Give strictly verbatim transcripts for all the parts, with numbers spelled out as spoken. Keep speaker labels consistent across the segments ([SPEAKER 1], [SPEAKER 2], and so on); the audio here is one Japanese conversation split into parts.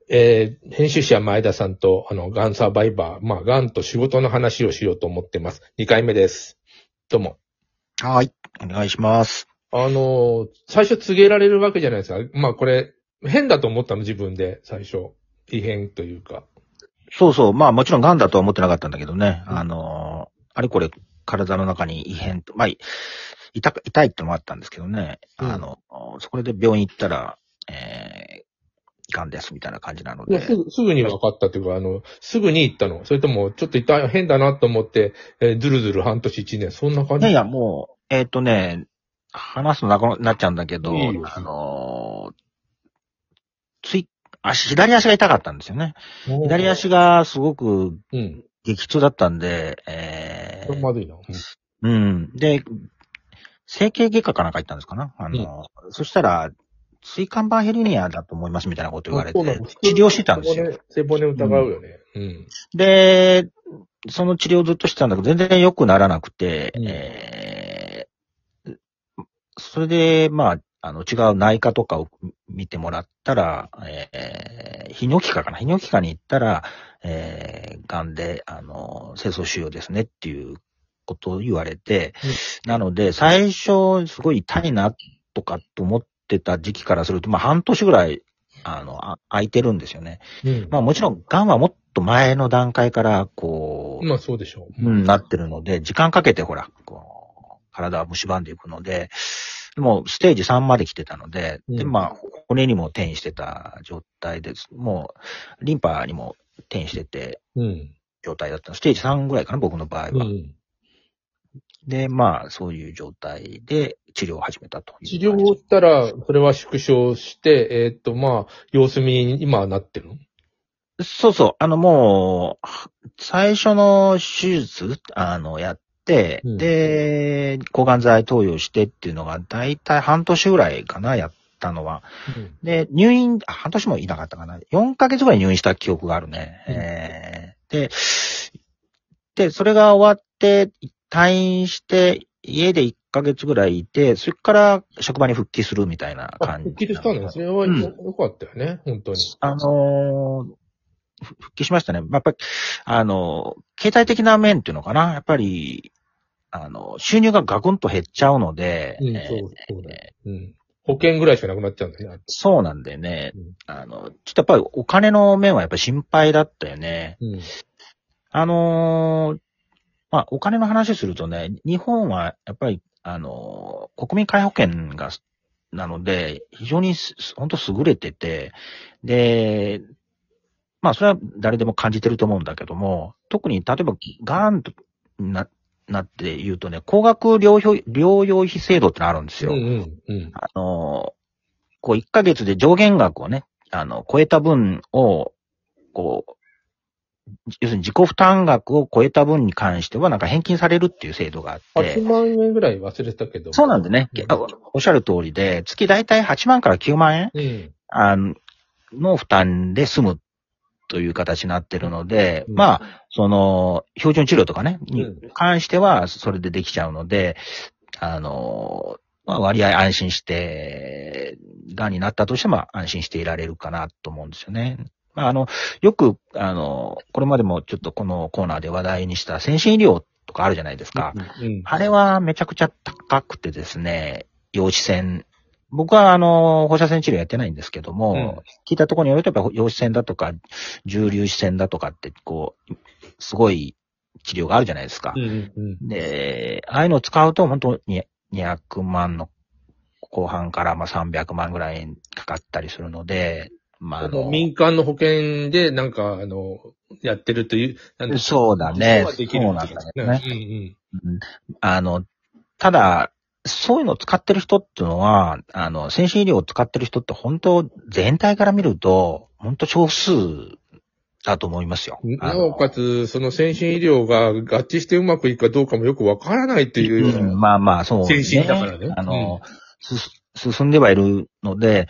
[SPEAKER 1] えー、編集者前田さんと、あの、ガンサバイバー、まあ、ガンと仕事の話をしようと思ってます。にかいめです。どうも。
[SPEAKER 2] はい。お願いします。
[SPEAKER 1] あの、最初告げられるわけじゃないですか。まあ、これ、変だと思ったの、自分で、最初。異変というか。
[SPEAKER 2] そうそう。まあもちろん癌だとは思ってなかったんだけどね。
[SPEAKER 1] うん、
[SPEAKER 2] あのー、あれこれ体の中に異変と、まあ、痛く、痛いってのもあったんですけどね。
[SPEAKER 1] うん、
[SPEAKER 2] あの、そこで病院行ったら、えー、癌ですみたいな感じなので。
[SPEAKER 1] いやすぐ、すぐに分かったというか、あの、すぐに行ったの。それとも、ちょっと痛い、変だなと思って、えー、ずるずる半年一年、そんな感じ。
[SPEAKER 2] いやいや、もう、えっとね、話すとなくなっちゃうんだけど、
[SPEAKER 1] いいよ。
[SPEAKER 2] あのー、つい、足、左足が痛かったんですよね。左足がすごく
[SPEAKER 1] うん。
[SPEAKER 2] 激痛だったんで、
[SPEAKER 1] これ
[SPEAKER 2] え
[SPEAKER 1] まずいな。
[SPEAKER 2] ー、うん。で、整形外科かなんか行ったんですかなあ
[SPEAKER 1] うん。
[SPEAKER 2] の、そしたら、椎間板ヘルニアだと思いますみたいなこと言
[SPEAKER 1] あ、
[SPEAKER 2] われて、
[SPEAKER 1] そうなの。普
[SPEAKER 2] 治療して
[SPEAKER 1] 通、
[SPEAKER 2] たんですよ。
[SPEAKER 1] 背骨、背骨
[SPEAKER 2] うん。
[SPEAKER 1] 疑うよね。うん。
[SPEAKER 2] で、その治療をずっとしてたんだけど、全然良くならなくて、
[SPEAKER 1] うん。
[SPEAKER 2] えー、それで、まあ、あの、違う内科とかを見てもらったら、えー、泌尿器科かな泌尿器科に行ったら、えー、癌で、あの、精巣腫瘍ですねっていうことを言われて、
[SPEAKER 1] うん。
[SPEAKER 2] なので、最初、すごい痛いな、とかと思ってた時期からすると、まあ、半年ぐらい、あの、あ空いてるんですよね。
[SPEAKER 1] うん。
[SPEAKER 2] まあ、もちろん、癌はもっと前の段階から、こ
[SPEAKER 1] まあそうでしょう。
[SPEAKER 2] う、うん、なってるので、時間かけて、ほら、こう、体は蝕んでいくので、もう、ステージさんまで来てたので、
[SPEAKER 1] うん。
[SPEAKER 2] で、まあ、骨にも転移してた状態です。もう、リンパにも転移してて、
[SPEAKER 1] うん。
[SPEAKER 2] 状態だったの。ステージさんぐらいかな、僕の場合は。
[SPEAKER 1] うん。
[SPEAKER 2] で、まあ、そういう状態で治療を始めたという感じ。
[SPEAKER 1] 治療をしたら、それは縮小して、えーっと、まあ、様子見に今はなってるの？
[SPEAKER 2] そうそう。あの、もう、最初の手術、あの、やって、
[SPEAKER 1] うん。
[SPEAKER 2] で、抗がん剤投与してっていうのが、だいたい半年ぐらいかな、やったのは。
[SPEAKER 1] うん。
[SPEAKER 2] で、入院、あ半年もいなかったかな。よんかげつぐらい入院した記憶があるね。
[SPEAKER 1] うん。
[SPEAKER 2] えー、で、で、それが終わって、退院して、家でいっかげつぐらいいて、それから職場に復帰するみたいな
[SPEAKER 1] あ、
[SPEAKER 2] 感
[SPEAKER 1] 復帰したんだ。
[SPEAKER 2] じなので。
[SPEAKER 1] それはよ、
[SPEAKER 2] うん。
[SPEAKER 1] よかったよね。本当に。
[SPEAKER 2] あのー復帰しましたね。やっぱり、あの、経済的な面っていうのかな。やっぱり、あの、収入がガクンと減っちゃうので、
[SPEAKER 1] うん、
[SPEAKER 2] え
[SPEAKER 1] そう、そうだよ。
[SPEAKER 2] ー
[SPEAKER 1] うん。保険ぐらいしかなくなっちゃうんだよね。
[SPEAKER 2] そうなんでね、
[SPEAKER 1] うん。
[SPEAKER 2] あの、ちょっとやっぱりお金の面はやっぱり心配だったよね。
[SPEAKER 1] うん。
[SPEAKER 2] あのーまあ、お金の話するとね、日本はやっぱり、あのー国民皆保険が、なので、非常にす、本当優れてて、で、まあ、それは誰でも感じてると思うんだけども、特に、例えば、ガーンとな、なって言うとね、高額療養、療養費制度ってのあるんです
[SPEAKER 1] うん、う
[SPEAKER 2] よ。
[SPEAKER 1] ん、うん。
[SPEAKER 2] あの、こう、いっかげつで上限額をね、あの、超えた分を、こう、要するに自己負担額を超えた分に関しては、なんか返金されるっていう制度があっ
[SPEAKER 1] 8
[SPEAKER 2] て、
[SPEAKER 1] 万円ぐらい忘れたけど。
[SPEAKER 2] そうなんでね、
[SPEAKER 1] うん。
[SPEAKER 2] あおっしゃる通りで、月だいたいはちまんからきゅうまん円
[SPEAKER 1] うん。
[SPEAKER 2] あのの負担で済むという形になってるので、
[SPEAKER 1] うん。
[SPEAKER 2] まあ、その、標準治療とかね、に
[SPEAKER 1] うん。
[SPEAKER 2] 関しては、それでできちゃうので、あの、まあ、割合安心して、癌になったとしても安心していられるかなと思うんですよね。まあ、あの、よく、あの、これまでもちょっとこのコーナーで話題にした先進医療とかあるじゃないですか。
[SPEAKER 1] うん。
[SPEAKER 2] あれはめちゃくちゃ高くてですね、陽子線。僕はあの、放射線治療やってないんですけども、
[SPEAKER 1] うん。
[SPEAKER 2] 聞いたところによるとやっぱ陽子線だとか、重粒子線だとかって、こう、すごい治療があるじゃないですか。
[SPEAKER 1] うん。うん。
[SPEAKER 2] で、ああいうのを使うと本当ににひゃくまんの後半からまあさんびゃくまんぐらいかかったりするので、まああの、
[SPEAKER 1] 民間の保険で、なんか、あの、やってるという、なんて
[SPEAKER 2] そうだね。
[SPEAKER 1] 実はできるって
[SPEAKER 2] そうなん
[SPEAKER 1] ことですね。
[SPEAKER 2] だよね。
[SPEAKER 1] うん。
[SPEAKER 2] うん、あの、ただ、そういうのを使ってる人っていうのは、あの、先進医療を使ってる人って本当全体から見ると、本当少数だと思いますよ。
[SPEAKER 1] うん。
[SPEAKER 2] あの、
[SPEAKER 1] なおかつ、その先進医療が合致してうまくいくかどうかもよくわからないというよう
[SPEAKER 2] うん、まあまあ、そう
[SPEAKER 1] な先進だか
[SPEAKER 2] ね。
[SPEAKER 1] らね。
[SPEAKER 2] あの、す進んではいるので、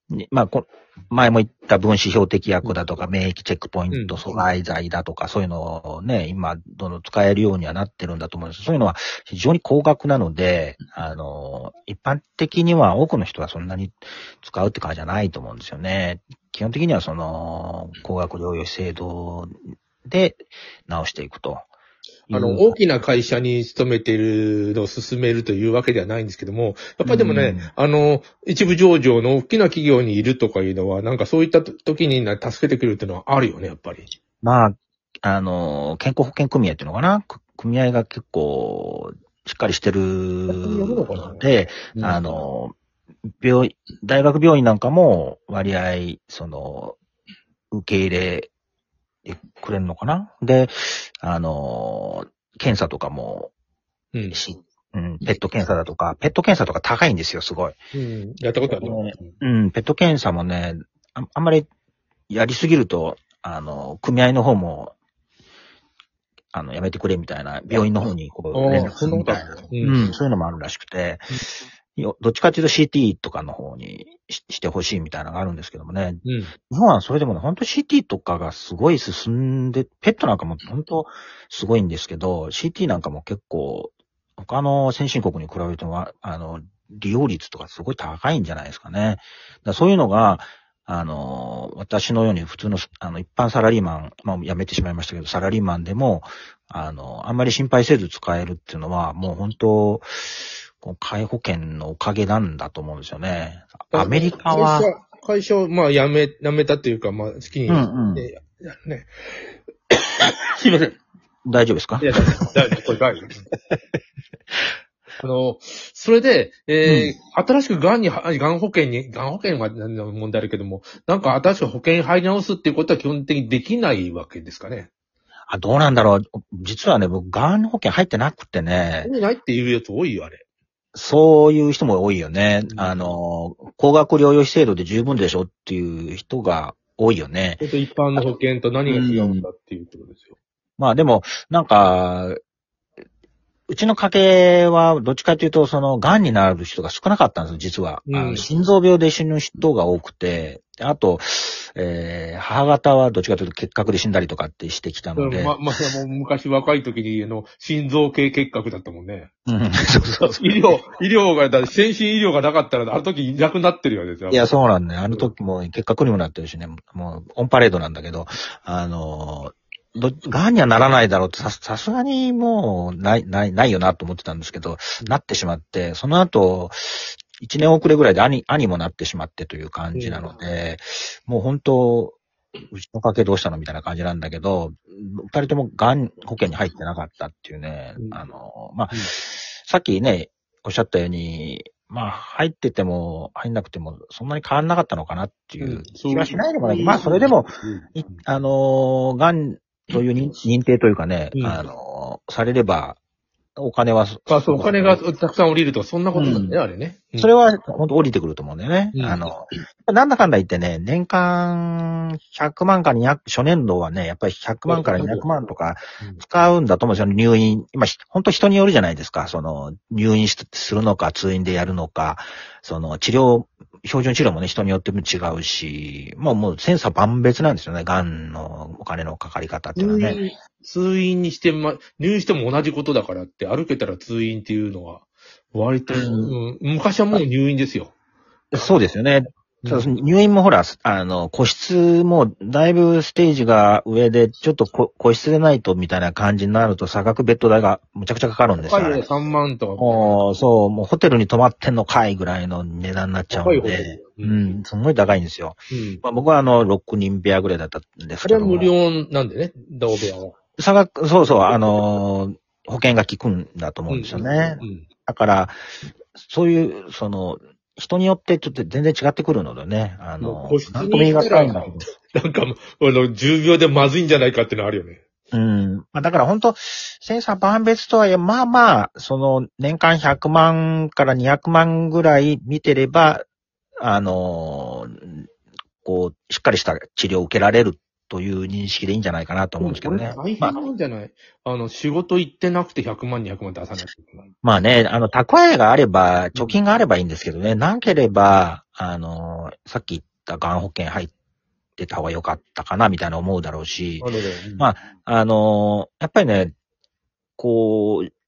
[SPEAKER 2] まあこ、前も言った分子標的薬だとか、免疫チェックポイント阻害剤だとか、そういうのをね、今、どんどん使えるようにはなってるんだと思うんです。そういうのは非常に高額なので、あの、一般的には多くの人はそんなに使うって感じじゃないと思うんですよね。基本的にはその、高額療養費制度で治していくと。
[SPEAKER 1] あの、大きな会社に勤めているのを進めるというわけではないんですけども、やっぱりでもね、うん、あの、一部上場の大きな企業にいるとかいうのは、なんかそういった時に助けてくれるっていうのはあるよね、やっぱり。
[SPEAKER 2] まあ、あの、健康保険組合っていうのかな、組合が結構しっかりしてるので、うん、あの、病院、大学病院なんかも割合、その、受け入れてくれるのかな。で、あの、検査とかも、うん、し、うん、ペット検査だとか、ペット検査とか高いんですよ、すごい。
[SPEAKER 1] うん、やったことある、
[SPEAKER 2] ね、うん、ペット検査もね、あ、あんまりやりすぎると、あの、組合の方も、あの、やめてくれみたいな、病院の方にこう連絡するみたいな、うん、うん、そういうのもあるらしくて、うん、どっちかっていうと シーティー とかの方に し, してほしいみたいなのがあるんですけどもね。うん、日本はそれでもね、本当 シーティー とかがすごい進んで、ペットなんかも本当すごいんですけど、シーティー なんかも結構、他の先進国に比べても、あの、利用率とかすごい高いんじゃないですかね。だそういうのが、あの、私のように普通の、あの、一般サラリーマン、まあ、辞めてしまいましたけど、サラリーマンでも、あの、あんまり心配せず使えるっていうのは、もう本当、介護保険のおかげなんだと思うんですよね。アメリカは。
[SPEAKER 1] 会社、会社を、まあ、辞め、辞めたっていうか、まあ、好きに、うんうん、ね。すいません。
[SPEAKER 2] 大丈夫ですか？
[SPEAKER 1] いや、大丈夫。大丈夫。これ大丈夫。あの、それで、えーうん、新しくがんに、がん保険に、がん保険は問題あるけども、なんか新しく保険入り直すっていうことは基本的にできないわけですかね。
[SPEAKER 2] あ、どうなんだろう。実はね、僕、がん保険入ってなくてね。
[SPEAKER 1] 入ってないっていうやつ多いよ、あれ。
[SPEAKER 2] そういう人も多いよね。うん、あの、高額療養費制度で十分でしょっていう人が多いよね。
[SPEAKER 1] 一般の保険と何が違うんだっていうことですよ。うん、
[SPEAKER 2] まあでも、なんか、うちの家系は、どっちかというと、その、癌になる人が少なかったんですよ、実は。うん、あの心臓病で死ぬ人が多くて、あと、えー、母方はどっちかというと結核で死んだりとかってしてきたので。
[SPEAKER 1] ま、まあ、もう昔若い時に、あの、心臓系結核だったもんね。
[SPEAKER 2] うん、そうそうそう。
[SPEAKER 1] 医療、医療が、だ先進医療がなかったら、あの時いなくなってるよね。
[SPEAKER 2] いや、そうなんだよ。あの時も結核にもなってるしね、もう、オンパレードなんだけど、あの、ど、癌にはならないだろうってさ、さすがにもう、ない、ない、ないよなと思ってたんですけど、うん、なってしまって、その後、一年遅れぐらいで兄、兄もなってしまってという感じなので、うん、もう本当、うちの家系どうしたのみたいな感じなんだけど、二人とも癌保険に入ってなかったっていうね、うん、あの、まあ、うん、さっきね、おっしゃったように、まあ、入ってても、入んなくても、そんなに変わんなかったのかなっていう気がしないでもないけど、まあ、それでも、うん、あの、癌という認定というかね、うん、あの、されれば、お金は、
[SPEAKER 1] まあ、そう、お金がたくさん降りると、そんなことなんだね、うん、あれね。
[SPEAKER 2] うん、それは、本当降りてくると思うんだよね。うん、あの、なんだかんだ言ってね、年間ひゃくまんからにひゃく、初年度はね、やっぱりひゃくまんからにひゃくまんとか使うんだと思うんですよ、入院。今、本当人によるじゃないですか。その、入院するのか、通院でやるのか、その、治療、標準治療もね、人によっても違うし、もうもう千差万別なんですよね、癌のお金のかかり方っていうのはね。
[SPEAKER 1] 通院にしても、入院しても同じことだからって、歩けたら通院っていうのは、割と、うんうん、昔はもう入院ですよ。
[SPEAKER 2] そうですよね。うん、入院もほら、あの、個室もだいぶステージが上で、ちょっと個室でないとみたいな感じになると、差額ベッド代がむちゃくちゃかかるんですよ。
[SPEAKER 1] はい、さんまんとか。
[SPEAKER 2] もう、そう、もうホテルに泊まってんのかいぐらいの値段になっちゃうんで、うん、うん、すごい高いんですよ。うん、まあ、僕はあの、ろくにん部屋ぐらいだったんですけど。
[SPEAKER 1] あれは無料なんでね、同部屋は。
[SPEAKER 2] 差額、そうそう、あのー、保険が効くんだと思うんですよね。うんうんうん、だから、そういう、その、人によってちょっと全然違ってくるのでね。あの、
[SPEAKER 1] なんとも言い難いんだけど。なんか、あの、じゅうびょうでまずいんじゃないかっていうのあるよね。
[SPEAKER 2] うん。まあ、だから本当千差万別とはいえ、まあまあ、その、年間ひゃくまんからにひゃくまんぐらい見てれば、あの、こう、しっかりした治療を受けられるという認識でいいんじゃないかなと思うんですけどね。
[SPEAKER 1] 大変なんじゃない、まあ、あの、仕事行ってなくてひゃくまん、にひゃくまん出さないといけない。
[SPEAKER 2] まあね、あの、蓄えがあれば、貯金があればいいんですけどね、なければ、あの、さっき言ったがん保険入ってた方が良かったかな、みたいな思うだろうし、
[SPEAKER 1] なるほど。
[SPEAKER 2] まあ、あの、やっぱりね、こう、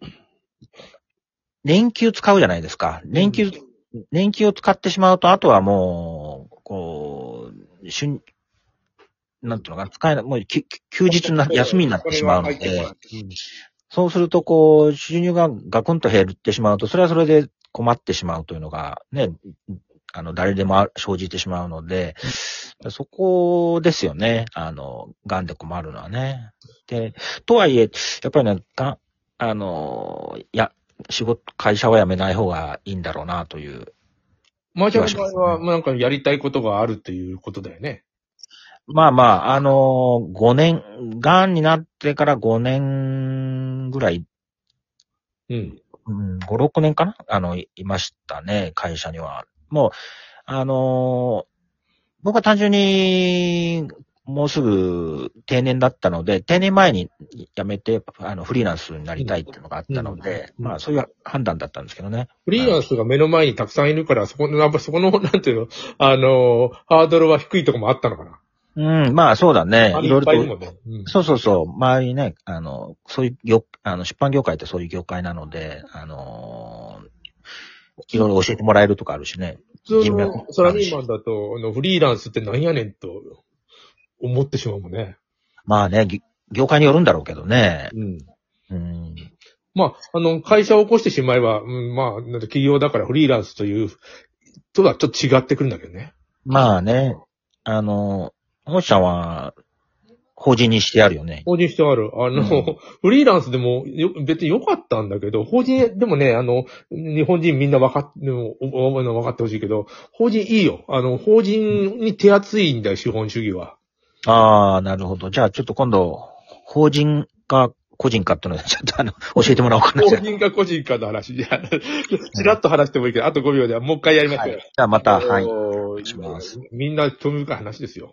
[SPEAKER 2] 年休使うじゃないですか。年休、年休を使ってしまうと、あとはもう、こう、春、なんていうのかな、使えない、もうき休日な、休みになってしまうので、そうすると、こう、収入がガクンと減ってしまうと、それはそれで困ってしまうというのが、ね、あの、誰でも生じてしまうので、そこですよね。あの、癌で困るのはね。で、とはいえ、やっぱりね、が、あの、いや、仕事、会社は辞めない方がいいんだろうな、という。
[SPEAKER 1] マーちゃんの場合は、なんかやりたいことがあるっていうことだよね。
[SPEAKER 2] まあまあ、あの、ごねん、癌になってからごねんぐらい、
[SPEAKER 1] うん。
[SPEAKER 2] うん、ご、ろくねんかなあの、いましたね、会社には。もう、あの、僕は単純に、もうすぐ定年だったので、定年前に辞めて、あの、フリーランスになりたいっていうのがあったので、
[SPEAKER 1] うんうん、
[SPEAKER 2] まあ、そういう判断だったんですけどね。
[SPEAKER 1] フリーランスが目の前にたくさんいるから、そこの、やっぱそこの、なんていうの、あの、ハードルは低いとこもあったのかな。
[SPEAKER 2] うん、まあそうだね。いろいろと、
[SPEAKER 1] ねうん。
[SPEAKER 2] そうそうそう、周りね、あの、そういう業、あの、出版業界ってそういう業界なので、あのいろいろ教えてもらえるとかあるしね。
[SPEAKER 1] 普通のサラリーマンだと、あの、フリーランスって何やねんと思ってしまうもんね。
[SPEAKER 2] まあね、業界によるんだろうけどね。
[SPEAKER 1] うん。
[SPEAKER 2] うん。
[SPEAKER 1] まあ、あの、会社を起こしてしまえば、うん、まあ、なん企業だからフリーランスという、とはちょっと違ってくるんだけどね。
[SPEAKER 2] まあね、あの、もしちゃんは、法人にしてあるよね。
[SPEAKER 1] 法人してある。あの、うん、フリーランスでもよ別に良かったんだけど、法人でもね、あの、日本人みんな分かって、分かってほしいけど、法人いいよ。あの、法人に手厚いんだよ、資本主義は。
[SPEAKER 2] ああ、なるほど。じゃあちょっと今度、法人か個人かっていうので、ちょっとあの、教えてもらおうかな。
[SPEAKER 1] 法人か個人かの話。じゃあ、ちらっと話してもいいけど、あとごびょうではもう一回やりましょう。はい、
[SPEAKER 2] じゃあまた、はい。します。
[SPEAKER 1] みんな興味深い話ですよ。